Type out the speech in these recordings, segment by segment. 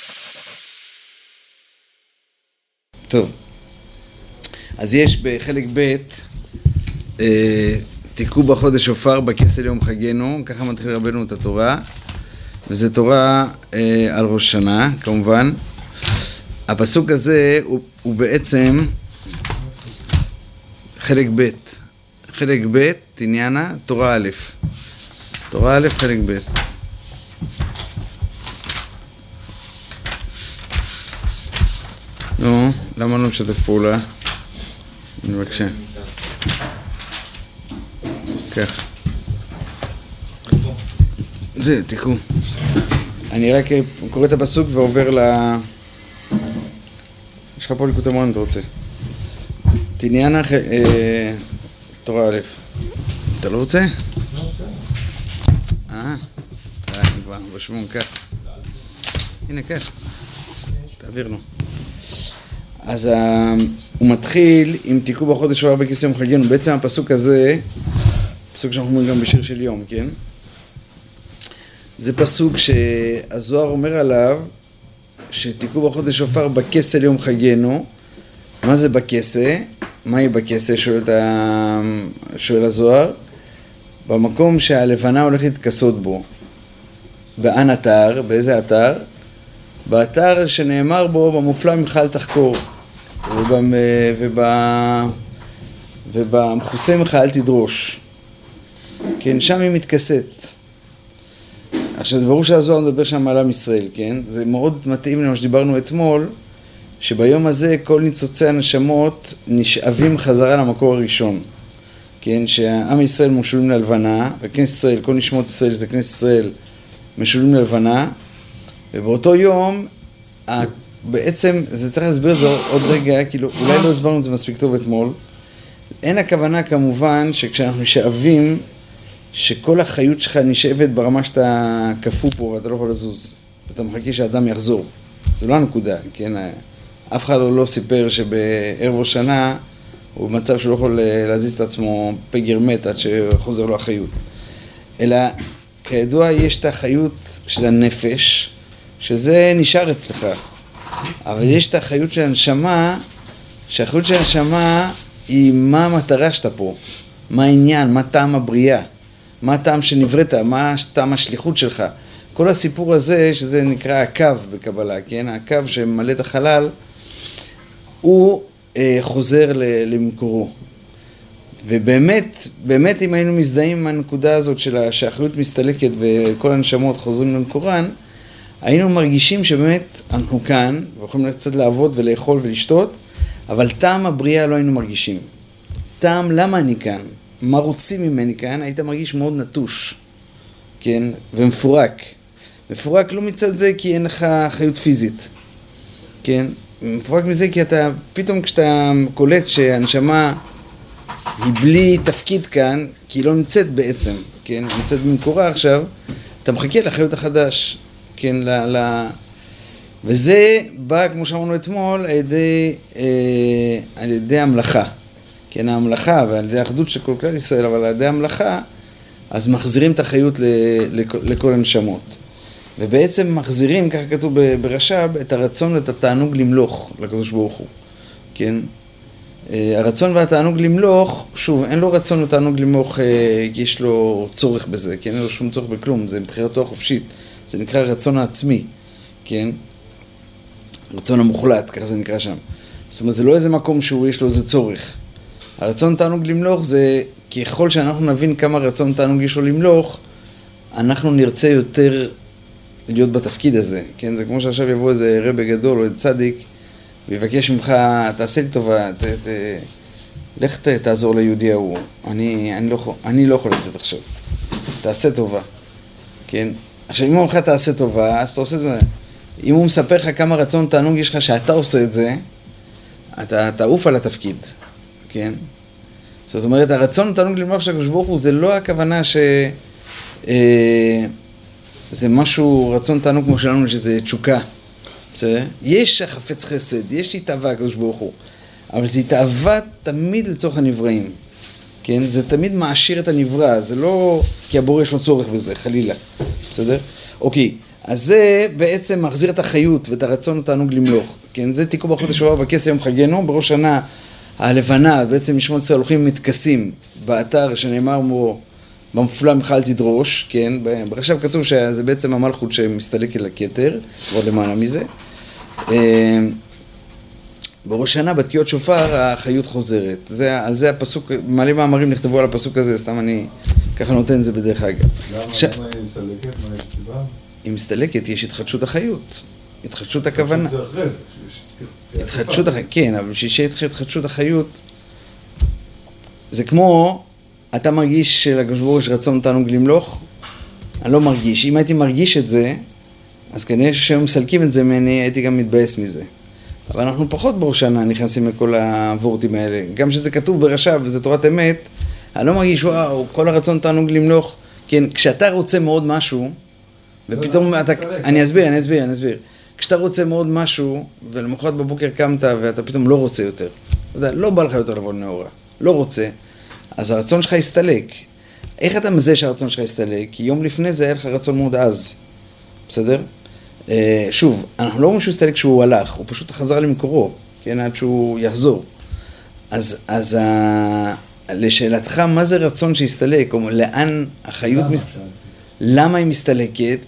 טוב, אז יש בחלק ב' תיקעו בחודש שופר בכסל יום חגנו, ככה מתחיל רבנו את התורה, וזה תורה על ראש שנה, כמובן. הפסוק הזה הוא בעצם חלק ב', חלק ב', תניאנה, תורה א', תורה א', חלק ב'. נו, למה לא משתף פעולה? בבקשה. כך. זה, תיקו. אני רק קורא את הפסוק ועובר ל... יש לך פה ליקוט המון, אתה רוצה. תניאנה, תורה א'. אתה לא רוצה? לא רוצה. אני כבר בשמום, כך. הנה, כך. תעביר לו. אז הוא מתחיל עם תיקעו בחודש שופר בכסל יום חגנו. בעצם הפסוק הזה, פסוק שאנחנו אומרים גם בשיר של יום, כן? זה פסוק שהזוהר אומר עליו שתיקעו בחודש שופר בכסל יום חגנו. מה זה בכסה? מהי בכסה? שואל הזוהר. במקום שהלבנה הולכת להתכסות בו. באן אתר? באיזה אתר? באתר שנאמר בו במופלא ממך אל תחקור, ובמכוסה ממך אל תדרוש. כן, שם היא מתכסת. עכשיו זה ברור שהזוהר מדבר שם על עם ישראל, כן? זה מאוד מתאים למה שדיברנו אתמול, שביום הזה כל ניצוצי הנשמות נשאבים חזרה למקור הראשון. כן, שהעם ישראל משולים ללבנה, וכנסת ישראל, כל נשמות ישראל שזה כנסת ישראל משולים ללבנה, ובאותו יום, בעצם, זה צריך להסביר את זה עוד רגע, כאילו, אולי לא הסברנו את זה מספיק טוב אתמול. אין הכוונה כמובן שכשאנחנו נשאבים, שכל החיות שלך נשאבת ברמה שאתה כפו פה ואתה לא יכול לזוז. אתה מחכה שהאדם יחזור. זו לא הנקודה, כן? אף אחד לא סיפר שבערב ראש שנה הוא במצב שהוא לא יכול להזיז את עצמו פגר מת עד שחוזר לו החיות. אלא, כידוע, יש את החיות של הנפש, שזה נשאר אצלך. אבל יש את החיות של הנשמה, שהחיות של הנשמה היא מה המטרה שאתה פה, מה העניין, מה טעם הבריאה, מה הטעם שנבראת, מה טעם השליחות שלך. כל הסיפור הזה, שזה נקרא הקו בקבלה, כן? הקו שממלא את החלל, הוא חוזר למקורו. ובאמת, באמת אם היינו מזדהים עם הנקודה הזאת של שהאחריות מסתלקת וכל הנשמות חוזרים למקורן, היינו מרגישים שבאמת אנחנו כאן, ויכולים קצת לעבוד ולאכול ולשתות, אבל טעם הבריאה לא היינו מרגישים. טעם למה אני כאן, מה רוצים ממני כאן, היית מרגיש מאוד נטוש, כן, ומפורק. מפורק לא מצד זה כי אין לך חיות פיזית, כן, מפורק מזה כי אתה, פתאום כשאתה קולט שהנשמה היא בלי תפקיד כאן, כי היא לא נמצאת בעצם, כן, נמצאת במקורה עכשיו, אתה מחכה לחיות החדש, כן, וזה בא, כמו שאמרנו אתמול, על ידי המלאכה, כן, המלאכה, ועל ידי האחדות של כל כלל ישראל, אבל על ידי המלאכה, אז מחזירים את החיות לכל הנשמות. ובעצם מחזירים, ככה כתוב ברש"ב, את הרצון ואת התענוג למלוך לקדוש ברוך הוא, כן? הרצון והתענוג למלוך, שוב, אין לו רצון ותענוג למלוך כי יש לו צורך בזה, כן? אין לו שום צורך בכלום, זה מבחירתו החופשית, זה נקרא רצון העצמי, כן? רצון המוחלט, ככה זה נקרא שם. זאת אומרת, זה לא איזה מקום שהוא יש לו איזה צורך. הרצון ותענוג למלוך זה, ככל שאנחנו נבין כמה רצון ותענוג יש לו למלוך, אנחנו נרצה יותר להיות בתפקיד הזה, כן? זה כמו שעכשיו יבוא איזה רבי גדול או איזה צדיק, ויבקש ממך, תעשה לי טובה, לך תעזור ליהודי ההוא, אני לא יכול לצאת עכשיו, תעשה טובה, כן? עכשיו אם הוא אומר לך תעשה טובה, אז אתה עושה את זה, אם הוא מספר לך כמה רצון תענוג יש לך שאתה עושה את זה, אתה תעוף על התפקיד, כן? זאת אומרת, הרצון תענוג למלוך של הקדוש ברוך הוא, זה לא הכוונה זה משהו, רצון תענוג כמו שלנו, שזה תשוקה. יש חפץ חסד, יש התאווה הקדוש ברוך הוא, אבל זה התאווה תמיד לצורך הנבראים. כן? זה תמיד מעשיר את הנברא, זה לא כי הבורא יש לו צורך בזה, חלילה. בסדר? אוקיי, אז זה בעצם מחזיר את החיות ואת הרצון התענוג למלוך. כן, זה תיקו בחודש הבא בכס יום חגנו, בראש שנה הלבנה, בעצם משמעות ישראל הולכים מתכסים באתר שנאמר בו במופלא ממך אל תדרוש, כן, ברש"ב כתוב שזה בעצם המלכות שמסתלק אל הכתר, עוד למעלה מזה. בראש שנה בתקיעות שופר החיות חוזרת. על זה הפסוק, מלא מאמרים נכתבו על הפסוק הזה, סתם אני ככה נותן את זה בדרך אגב. למה היא מסתלקת? מה יש סיבה? היא מסתלקת, יש התחדשות החיות, התחדשות הכוונה. התחדשות זה אחרי זה. התחדשות החיות, כן, אבל שיהיה התחדשות החיות, זה כמו, אתה מרגיש שלקדוש ברוך הוא יש רצון תענוג למלוך? אני לא מרגיש. אם הייתי מרגיש את זה, אז כנראה שהם מסלקים את זה ממני, הייתי גם מתבאס מזה. אבל אנחנו פחות בראש שנה נכנסים לכל הוורטים האלה. גם שזה כתוב ברש"ב וזה תורת אמת, אני לא מרגיש, וואו, כל הרצון תענוג למלוך. כן, כשאתה רוצה מאוד משהו, ופתאום אתה... אני אסביר. כשאתה רוצה מאוד משהו, ולמחרת בבוקר קמת ואתה פתאום לא רוצה יותר. אתה יודע, לא בא לך יותר לבוא לנאורה. לא רוצה. אז הרצון שלך יסתלק. איך אתה מזה שהרצון שלך יסתלק? כי יום לפני זה היה לך רצון מאוד עז. בסדר? שוב, אנחנו לא אומרים שהוא יסתלק כשהוא הלך, הוא פשוט חזר למקורו, כן, עד שהוא יחזור. אז לשאלתך, מה זה רצון שיסתלק? או לאן החיות למה היא מסתלקת?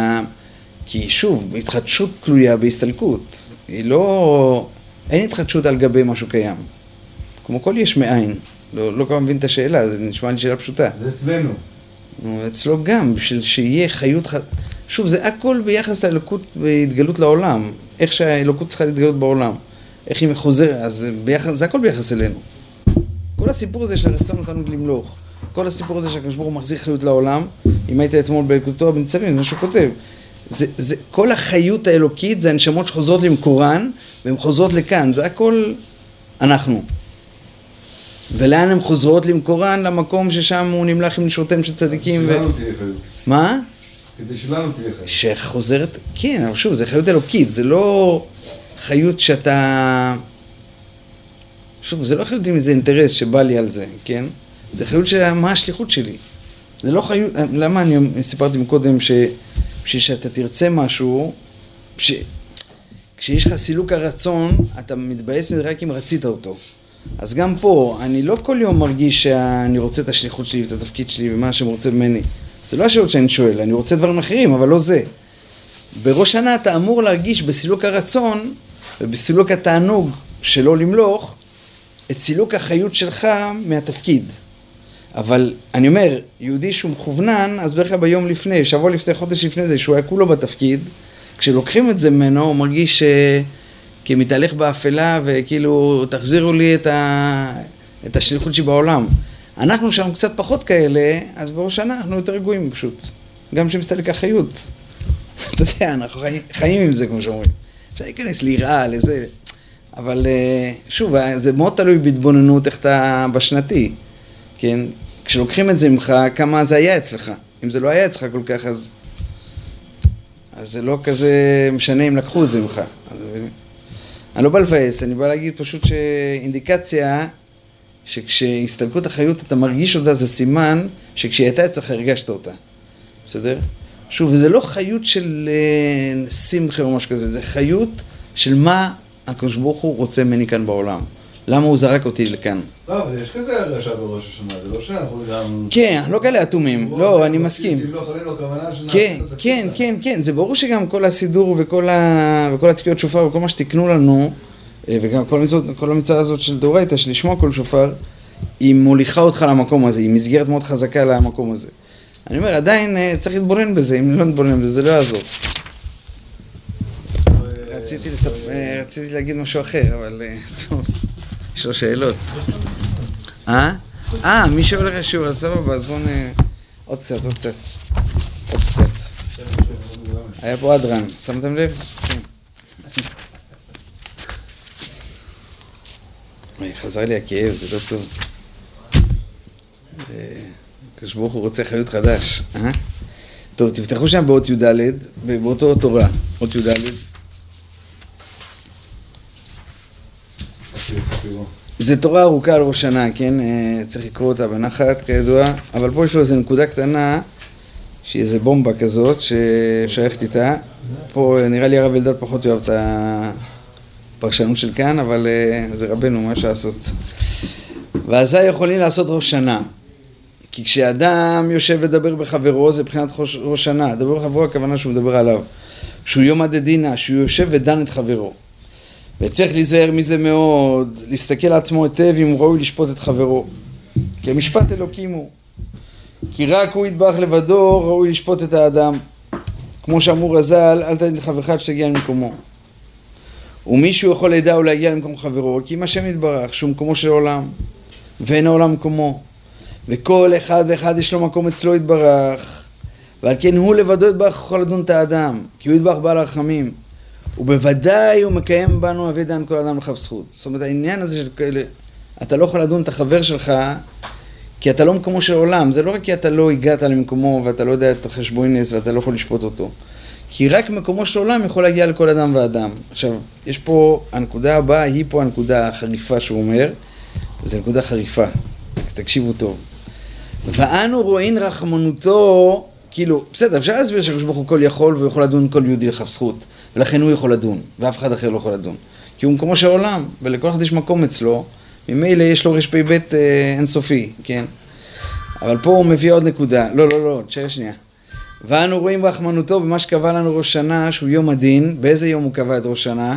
כי שוב, התחדשות תלויה בהסתלקות. היא לא... אין התחדשות על גבי משהו קיים. כמו כל יש מאין. לא כבר מבין את השאלה, זה נשמע לי שאלה פשוטה. זה אצלנו. אצלו גם, בשביל שיהיה חיות... שוב, זה הכל ביחס לאלוקות והתגלות לעולם. איך שהאלוקות צריכה להתגלות בעולם. איך היא מחוזרת, אז זה הכל ביחס אלינו. כל הסיפור הזה שהרצון אותנו למלוך, כל הסיפור הזה שהקדוש ברוך הוא מחזיר חיות לעולם, אם היית אתמול באלוקותו בניצבים, זה מה שהוא כותב. כל החיות האלוקית זה הנשמות שחוזרות למקורן, והן חוזרות לכאן. זה הכל אנחנו. ולאן הן חוזרות למקורן? למקום ששם הוא נמלך עם נשותיהם של צדיקים. שלנו תהיה חיות. מה? כדי שלנו תהיה חיות. שחוזרת, כן, אבל שוב, זה חיות אלוקית, זה לא חיות שאתה... שוב, זה לא חיות עם איזה אינטרס שבא לי על זה, כן? זה חיות של מה השליחות שלי. זה לא חיות, למה אני סיפרתי מקודם שאתה תרצה משהו, כשיש לך סילוק הרצון, אתה מתבאס מזה רק אם רצית אותו. אז גם פה, אני לא כל יום מרגיש שאני רוצה את השליחות שלי ואת התפקיד שלי ומה שהם רוצה ממני. זה לא השאלות שאני שואל, אני רוצה דברים אחרים, אבל לא זה. בראש שנה אתה אמור להרגיש בסילוק הרצון ובסילוק התענוג שלא למלוך, את סילוק החיות שלך מהתפקיד. אבל אני אומר, יהודי שהוא מכוונן, אז בערך ביום לפני, שבוע לפני, חודש לפני זה, שהוא היה כולו בתפקיד, כשלוקחים את זה ממנו, הוא מרגיש כמתהלך באפלה, וכאילו, תחזירו לי את השליחות שבעולם. אנחנו שם קצת פחות כאלה, אז בראש שנה אנחנו יותר רגועים פשוט. גם שמסתלק החיות. אתה יודע, אנחנו חיים עם זה, כמו שאומרים. אפשר להיכנס ליראה, לזה. אבל שוב, זה מאוד תלוי בהתבוננות איך אתה בשנתי. כן? כשלוקחים את זה ממך, כמה זה היה אצלך. אם זה לא היה אצלך כל כך, אז זה לא כזה משנה אם לקחו את זה ממך. אני לא בא לבאס, אני בא להגיד פשוט שאינדיקציה שכשהסתלקות החיות אתה מרגיש אותה, זה סימן שכשהיא הייתה אצלך הרגשת אותה. בסדר? שוב, זה לא חיות של שמחה או משהו כזה, זה חיות של מה הקדוש ברוך הוא רוצה ממני כאן בעולם. למה הוא זרק אותי לכאן? לא, אבל יש כזה הרגשה בראש השנה, זה לא שאנחנו גם... כן, לא כאלה אתומים, לא, אני מסכים. כן, זה ברור שגם כל הסידור וכל התקיעות שופר וכל מה שתקנו לנו, וגם כל המצווה הזאת של דאורייתא, של לשמוע כל שופר, היא מוליכה אותך למקום הזה, היא מסגרת מאוד חזקה למקום הזה. אני אומר, עדיין צריך להתבונן בזה, אם לא נתבונן בזה, זה לא יעזור. רציתי להגיד משהו אחר, אבל טוב, יש לו שאלות. מי שהולך לשיעור, אז סבבה, אז בואו עוד קצת. היה פה אדרן, שמתם לב? חזר לי הכאב, זה לא טוב. הקדוש ברוך הוא רוצה חיות חדש. טוב, תפתחו שם באות י"ד, באותו תורה, אות י"ד. זה תורה ארוכה על ראש שנה, כן? צריך לקרוא אותה בנחת, כידוע, אבל פה יש לו איזו נקודה קטנה שהיא איזה בומבה כזאת ששייכת איתה. פה נראה לי הרב אלדד פחות יאהב את הפרשנות של כאן, אבל זה רבנו, מה לעשות. ואזי יכולים לעשות ראש שנה. כי כשאדם יושב ודבר בחברו, זה מבחינת ראש שנה. דבר בחברו, הכוונה שהוא מדבר עליו. שהוא יום הדדינה, שהוא יושב ודן את חברו. וצריך להיזהר מזה מאוד, להסתכל לעצמו היטב אם הוא ראוי לשפוט את חברו. כי המשפט אלוקים הוא. כי רק הוא יתברך לבדו, ראוי לשפוט את האדם. כמו שאמרו רז"ל, אל תתן חברך שתגיע למקומו. ומישהו יכול לדע או להגיע למקום חברו, כי אם השם יתברך, שהוא מקומו של העולם, ואין העולם מקומו. וכל אחד ואחד יש לו מקום אצלו יתברך. ועל כן הוא לבדו יתברך יכול לדון את האדם, כי הוא יתברך בעל הרחמים. ובוודאי הוא מקיים בנו הביא דן כל אדם לכף זכות. זאת אומרת, העניין הזה של כאלה, אתה לא יכול לדון את החבר שלך, כי אתה לא מקומו של עולם. זה לא רק כי אתה לא הגעת למקומו, ואתה לא יודע את החשבונס, ואתה לא יכול לשפוט אותו. כי רק מקומו של עולם יכול להגיע לכל אדם ואדם. עכשיו, יש פה, הנקודה הבאה היא פה הנקודה החריפה שהוא אומר, וזו נקודה חריפה. תקשיבו טוב. ואנו רואים רחמנותו, כאילו, בסדר, אפשר להסביר שהקדוש ברוך הוא כל יכול, והוא יכול לדון כל יהודי לכף זכות. ולכן הוא יכול לדון, ואף אחד אחר לא יכול לדון. כי הוא מקומו של העולם, ולכל אחד יש מקום אצלו, ממילא יש לו רשפי בית אינסופי, כן? אבל פה הוא מביא עוד נקודה. לא, תשאר שנייה. ואנו רואים רחמנותו במה שקבע לנו ראש שנה, שהוא יום הדין. באיזה יום הוא קבע את ראש שנה?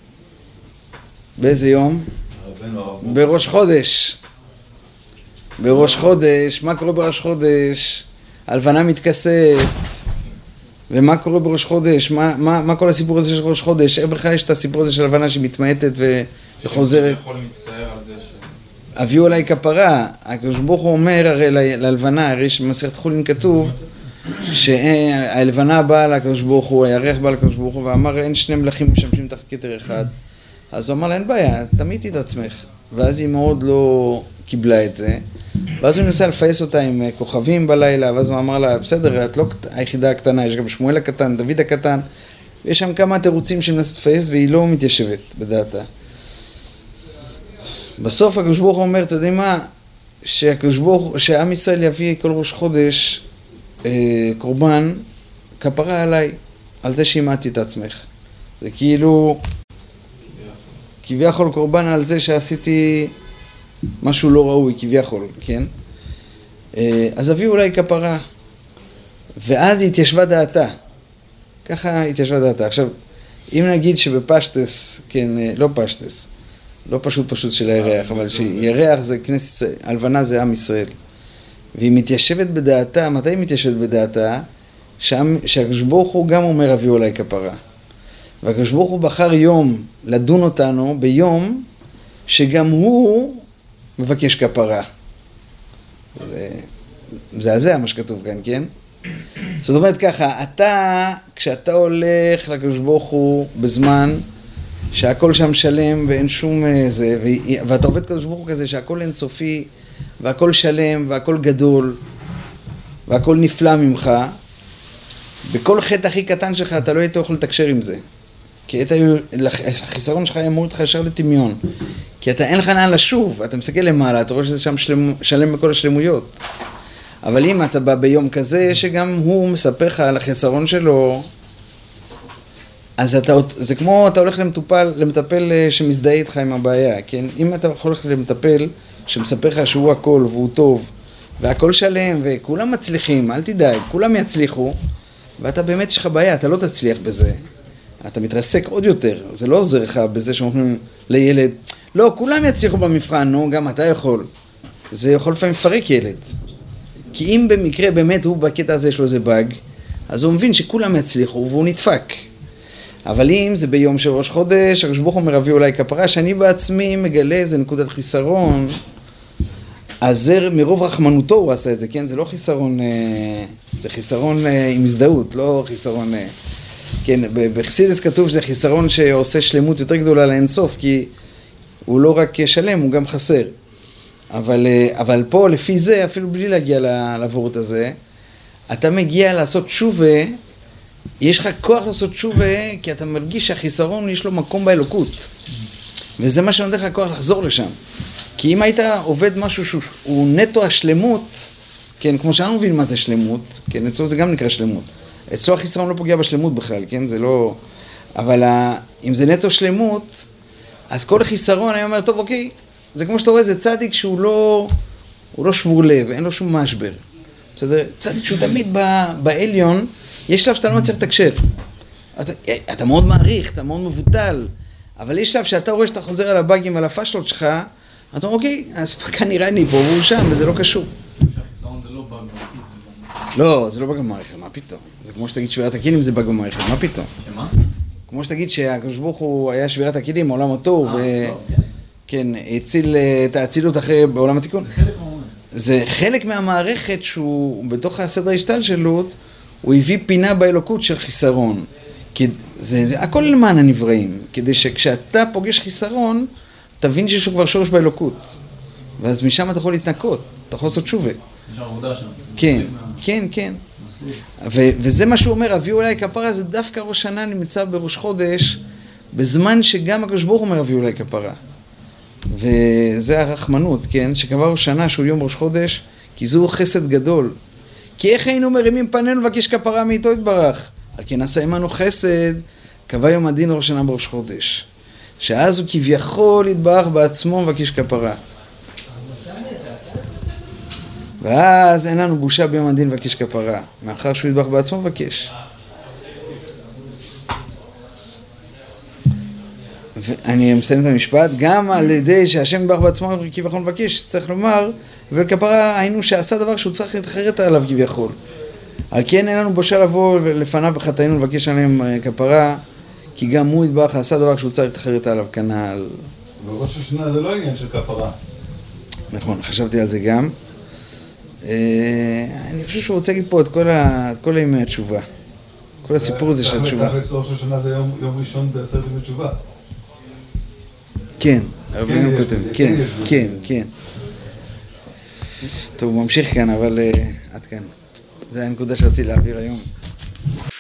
באיזה יום? בראש חודש. בראש חודש. מה קורה בראש חודש? הלבנה מתכסת. ומה קורה בראש חודש? מה כל הסיפור הזה של ראש חודש? איך בכלל יש את הסיפור הזה של הלבנה שמתמעטת וחוזרת? יכול להצטער על זה הביאו עליי כפרה. הקדוש ברוך הוא אומר הרי ללבנה, הרי במסכת חולין כתוב שהלבנה באה לקדוש ברוך הוא, הירח בא לקדוש ברוך הוא ואמר אין שני מלכים משמשים תחת כתר אחד. אז הוא אמר לה אין בעיה, תמיתי את עצמך. ואז היא מאוד לא קיבלה את זה. ואז הוא ניסה לפייס אותה עם כוכבים בלילה, ואז הוא אמר לה בסדר, את לא היחידה הקטנה, יש גם שמואל הקטן, דוד הקטן. יש שם כמה תירוצים שהיא מנסה לפייס והיא לא מתיישבת בדעתה. בסוף הקדוש ברוך הוא אומר, אתה יודע מה? שעם ישראל יביא כל ראש חודש קורבן, כפרה עליי, על זה שהימדתי את עצמך. זה כאילו, כביכול קורבן על זה שעשיתי משהו לא ראוי, כביכול, כן? אז הביאו אולי כפרה. ואז היא התיישבה דעתה. ככה התיישבה דעתה. עכשיו, אם נגיד שבפשטס, כן, לא פשטס, לא פשוט של הירח, אבל שירח זה כנסת, הלבנה זה עם ישראל. והיא מתיישבת בדעתה, מתי היא מתיישבת בדעתה? שהקדוש ברוך הוא גם אומר הביאו אולי כפרה. והקדוש ברוך הוא בחר יום לדון אותנו ביום שגם הוא מבקש כפרה. זה מה שכתוב כאן, כן? זאת אומרת ככה, כשאתה הולך לקדוש ברוך הוא בזמן שהכל שם שלם ואין שום זה, ואתה עובד קדוש ברוך הוא כזה שהכל אינסופי והכל שלם והכל גדול והכל נפלא ממך, בכל חטא הכי קטן שלך אתה לא היית יכול לתקשר עם זה. כי החיסרון שלך ימור איתך ישר לטמיון. כי אין לך לאן לשוב, אתה מסתכל למעלה, אתה רואה שזה שם שלם בכל השלמויות. אבל אם אתה בא ביום כזה שגם הוא מספר לך על החיסרון שלו, אז זה כמו אתה הולך למטפל שמזדהה איתך עם הבעיה, כן? אם אתה הולך למטפל שמספר לך שהוא הכל והוא טוב, והכל שלם וכולם מצליחים, אל תדאג, כולם יצליחו, ואתה באמת יש לך בעיה, אתה לא תצליח בזה. אתה מתרסק עוד יותר, זה לא עוזר לך בזה שאומרים לילד, לא, כולם יצליחו במבחן, נו, גם אתה יכול. זה יכול לפעמים לפרק ילד. כי אם במקרה באמת הוא בקטע הזה יש לו איזה באג, אז הוא מבין שכולם יצליחו והוא נדפק. אבל אם זה ביום של ראש חודש, הקדוש ברוך הוא אומר אולי כפרה, שאני בעצמי מגלה איזה נקודת חיסרון, אז זה מרוב רחמנותו הוא עשה את זה, כן? זה לא חיסרון, זה חיסרון עם הזדהות, לא חיסרון, כן, בחסידות כתוב שזה חיסרון שעושה שלמות יותר גדולה לאינסוף, כי הוא לא רק שלם, הוא גם חסר. אבל פה לפי זה, אפילו בלי להגיע לעבורת הזה, אתה מגיע לעשות תשובה, יש לך כוח לעשות תשובה, כי אתה מרגיש שהחיסרון יש לו מקום באלוקות. וזה מה שנותן לך כוח לחזור לשם. כי אם היית עובד משהו שהוא נטו השלמות, כן, כמו שאני מבין מה זה שלמות, כן, אצלו זה גם נקרא שלמות. אצלו החיסרון לא פוגע בשלמות בכלל, כן, זה לא... אבל אם זה נטו שלמות, אז כל החיסרון, אני אומר, טוב, אוקיי, זה כמו שאתה רואה, זה צדיק שהוא לא שבור לב, אין לו שום משבר. בסדר? צדיק שהוא תמיד בעליון, יש שלב שאתה לא מצליח לתקשר. אתה מאוד מעריך, אתה מאוד מבוטל, אבל יש שלב שאתה רואה שאתה חוזר על הבאגים, על הפשלות שלך, אתה אומר, אוקיי, הספקה נראה לי פה, והוא שם, וזה לא קשור. שהחיסרון זה לא באג במערכת. לא, זה לא באג במערכת, מה פתאום? זה כמו שתגיד שבירת הכלים זה באג במערכת, מה פתאום? שמה? כמו שתגיד שהקדוש ברוך הוא היה שבירת הכלים, העולם הטוב, כן, הציל את האצילות אחרי בעולם התיקון. זה חלק מהמערכת. זה חלק מהמערכת שהוא, בתוך הסדר ההשתלשלות, הוא הביא פינה באלוקות של חיסרון. זה הכל למען הנבראים, כדי שכשאתה פוגש חיסרון, תבין שיש כבר שורש באלוקות. ואז משם אתה יכול להתנקות, אתה יכול לעשות תשובה. יש עבודה שם. כן, כן, כן. וזה מה שהוא אומר, הביאו אליי כפרה, זה דווקא ראש שנה נמצא בראש חודש, בזמן שגם הקדוש ברוך הוא אומר, הביאו אליי כפרה. וזה הרחמנות, כן? שקבע ראש שנה שהוא יום ראש חודש, כי זהו חסד גדול. כי איך היינו מרימים פנינו לבקש כפרה מאיתו יתברך? על כן עשה עמנו חסד, קבע יום הדין ראש שנה בראש חודש. שאז הוא כביכול יתברך בעצמו מבקש כפרה. ואז אין לנו בושה ביום הדין לבקש כפרה, מאחר שהוא יתברך בעצמו מבקש. ואני מסיים את המשפט, גם על ידי שהשם יתברך בעצמו כביכול מבקש, צריך לומר, ולכפרה היינו שעשה דבר שהוא צריך להתחרט עליו כביכול. על כן אין לנו בושה לבוא לפניו בחטאינו לבקש עליהם כפרה, כי גם הוא יתברך עשה דבר שהוא צריך להתחרט עליו כנ"ל. וראש השנה זה לא עניין של כפרה. נכון, חשבתי על זה גם. אני חושב שהוא רוצה להגיד פה את כל ימי התשובה. כל הסיפור הזה של התשובה. תכלס ראש השנה זה יום ראשון בעשרת ימי תשובה. כן, הרבה גם כותב, כן, כן, כן. טוב, הוא ממשיך כאן, אבל עד כאן. זה הנקודה שרציתי להעביר היום.